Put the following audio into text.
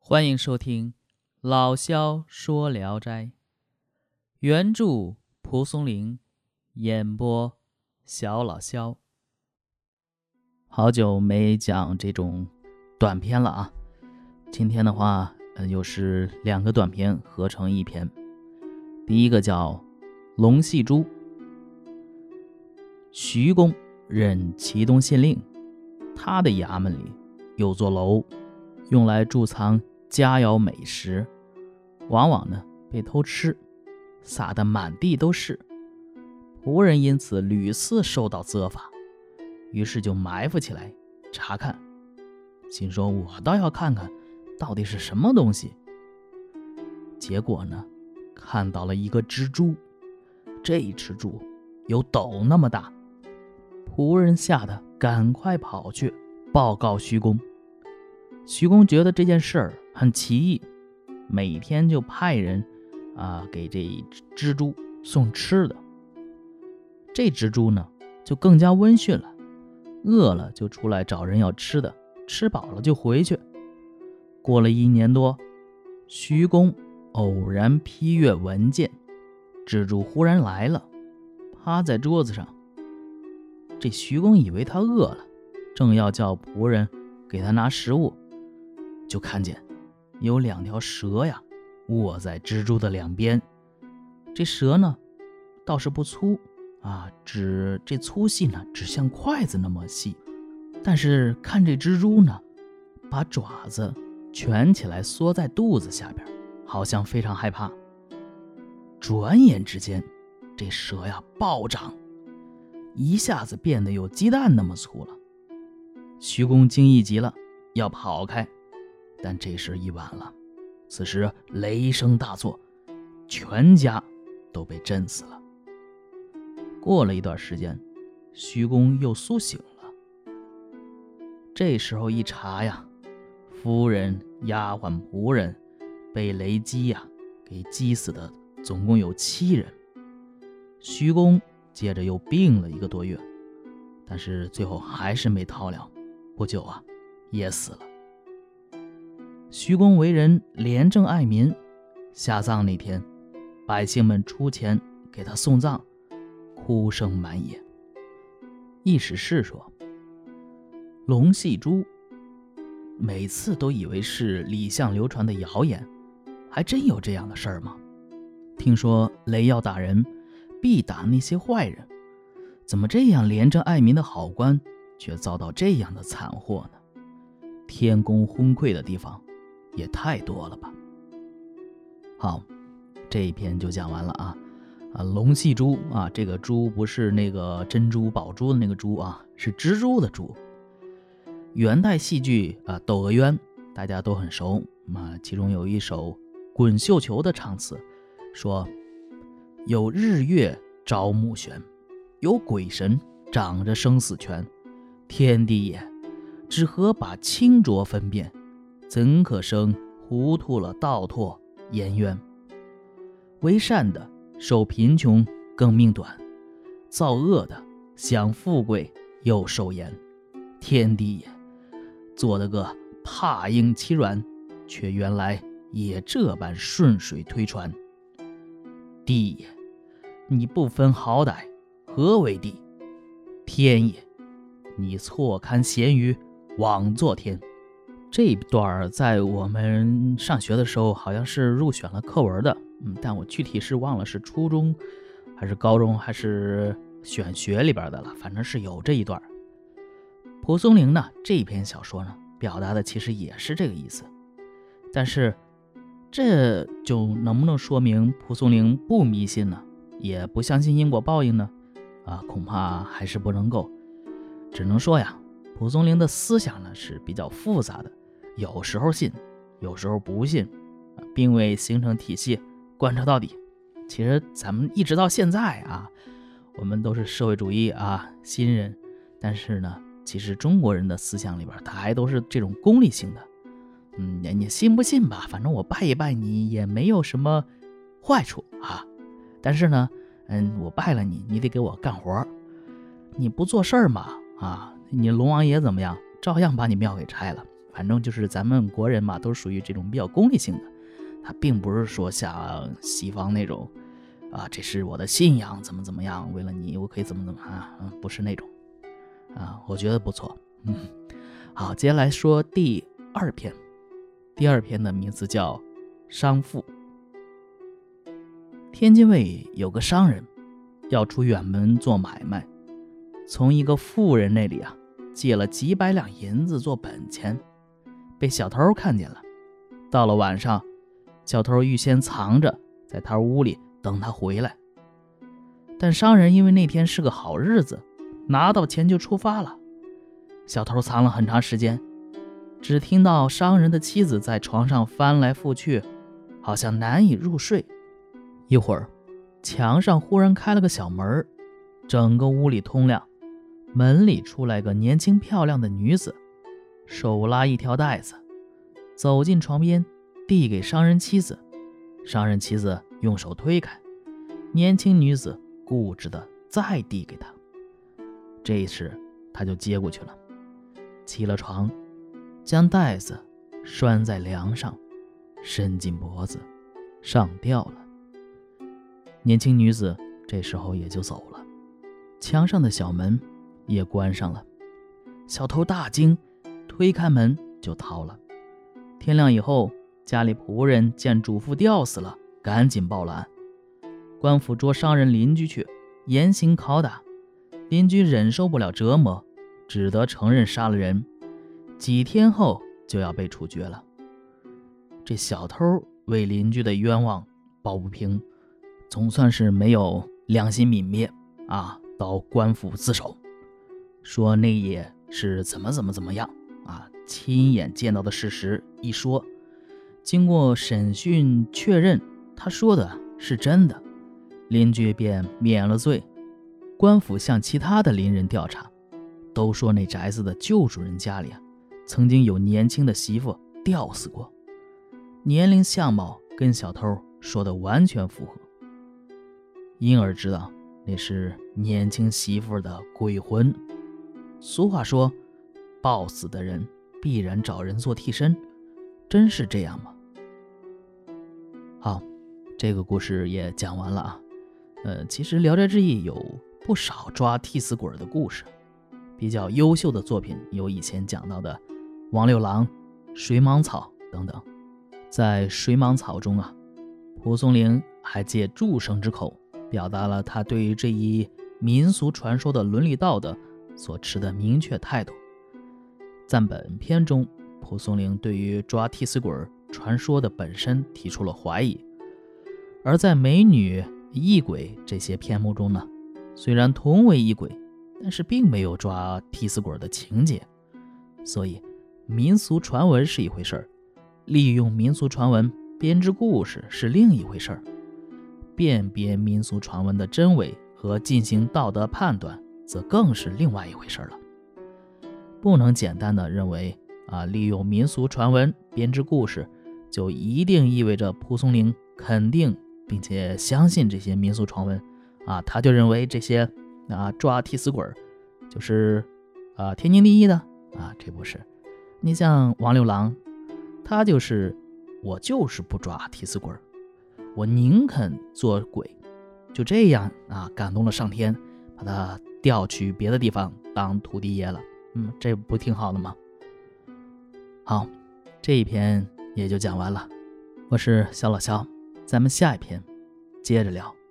欢迎收听老萧说聊斋，原著蒲松龄，演播小老萧。好久没讲这种短篇了啊，今天的话又是两个短篇合成一篇。第一个叫龙戏珠。徐公任祁东县令，他的衙门里有座楼，用来贮藏佳肴美食，往往呢被偷吃，撒得满地都是。仆人因此屡次受到责罚，于是就埋伏起来查看，心说我倒要看看到底是什么东西。结果呢，看到了一个蜘蛛，这蜘蛛有斗那么大。仆人吓得赶快跑去报告徐公。徐公觉得这件事儿很奇异，每天就派人给这蜘蛛送吃的。这蜘蛛呢就更加温驯了，饿了就出来找人要吃的，吃饱了就回去。过了1年多，徐公偶然批阅文件，蜘蛛忽然来了，趴在桌子上。这徐公以为他饿了，正要叫仆人给他拿食物，就看见有2条蛇呀卧在蜘蛛的两边。这蛇呢倒是不粗这粗细呢只像筷子那么细，但是看这蜘蛛呢把爪子蜷起来缩在肚子下边，好像非常害怕。转眼之间，这蛇呀暴涨，一下子变得有鸡蛋那么粗了。徐公惊异极了，要跑开，但这时已晚了。此时雷声大作，全家都被震死了。过了一段时间，徐公又苏醒了。这时候一查呀，夫人、丫鬟、仆人被雷击给击死的总共有7人。徐公接着又病了1个多月，但是最后还是没逃了，不久也死了。徐公为人廉政爱民，下葬那天，百姓们出钱给他送葬，哭声满野。意史是说，龙戏珠每次都以为是李相流传的谣言，还真有这样的事儿吗？听说雷要打人必打那些坏人，怎么这样廉政爱民的好官却遭到这样的惨祸呢？天公昏聩的地方也太多了吧。好，这一篇就讲完了龙戏珠这个珠不是那个珍珠宝珠的那个珠是蜘蛛的蛛。元代戏剧《窦娥冤》大家都很熟其中有一首滚绣球的唱词，说有日月照目眩，有鬼神掌着生死权，天地也，只合把清浊分辨，怎可生糊涂了倒拓颜渊？为善的受贫穷更命短，造恶的享富贵又受严。天地也，做得个怕硬欺软，却原来也这般顺水推船。地也，你不分好歹，何为地？天也，你错看咸鱼，枉做天。这段在我们上学的时候好像是入选了课文的，但我具体是忘了是初中还是高中还是选学里边的了，反正是有这一段。蒲松龄呢这篇小说呢表达的其实也是这个意思，但是这就能不能说明蒲松龄不迷信呢，也不相信因果报应呢？恐怕还是不能够。只能说蒲松龄的思想呢是比较复杂的，有时候信，有时候不信，并未形成体系贯彻到底。其实咱们一直到现在我们都是社会主义新人，但是呢其实中国人的思想里边它还都是这种功利性的。你信不信吧，反正我拜一拜你也没有什么坏处但是呢我拜了你，你得给我干活，你不做事儿嘛你龙王爷怎么样，照样把你庙给拆了。 反正就是咱们国人嘛，都是属于这种比较功利性的，他并不是说像西方那种这是我的信仰，怎么样，为了你我可以怎么不是那种我觉得不错。好，接下来说第二篇。第二篇的名字叫商妇。天津卫有个商人要出远门做买卖，从一个富人那里借了几百两银子做本钱，被小偷看见了。到了晚上，小偷预先藏着在他屋里等他回来。但商人因为那天是个好日子，拿到钱就出发了。小偷藏了很长时间，只听到商人的妻子在床上翻来覆去，好像难以入睡。一会儿，墙上忽然开了个小门，整个屋里通亮。门里出来个年轻漂亮的女子，手拉一条带子，走进床边，递给商人妻子。商人妻子用手推开，年轻女子固执的再递给他。这一时他就接过去了，起了床，将带子拴在梁上，伸进脖子，上吊了。年轻女子这时候也就走了，墙上的小门也关上了。小偷大惊，推开门就逃了。天亮以后，家里仆人见主妇吊死了，赶紧报了案。官府捉商人邻居去，严刑拷打。邻居忍受不了折磨，只得承认杀了人。几天后就要被处决了。这小偷为邻居的冤枉抱不平，总算是没有良心泯灭到官府自首，说那夜是怎么样亲眼见到的事实一说。经过审讯确认，他说的是真的，邻居便免了罪。官府向其他的邻人调查，都说那宅子的旧主人家里曾经有年轻的媳妇吊死过，年龄相貌跟小偷说的完全符合，因而知道那是年轻媳妇的鬼魂。俗话说，抱死的人必然找人做替身，真是这样吗？好，这个故事也讲完了其实《聊斋志异》有不少抓替死鬼的故事，比较优秀的作品有以前讲到的王六郎、水蟒草等等。在水蟒草中蒲松龄还借祝生之口表达了他对于这一民俗传说的伦理道德所持的明确态度。赞本篇中，蒲松龄对于抓替死鬼传说的本身提出了怀疑，而在美女、异鬼这些篇目中呢，虽然同为异鬼，但是并没有抓替死鬼的情节。所以民俗传闻是一回事儿，利用民俗传闻编织故事是另一回事儿，辨别民俗传闻的真伪和进行道德判断则更是另外一回事了。不能简单的认为利用民俗传闻编织故事就一定意味着蒲松龄肯定并且相信这些民俗传闻他就认为这些抓替死鬼就是天经地义的这不是。你像王六郎，他就是我就是不抓替死鬼，我宁肯做鬼，就这样感动了上天，把他调去别的地方当土地爷了。这不挺好的吗？好，这一篇也就讲完了。我是小老肖，咱们下一篇接着聊。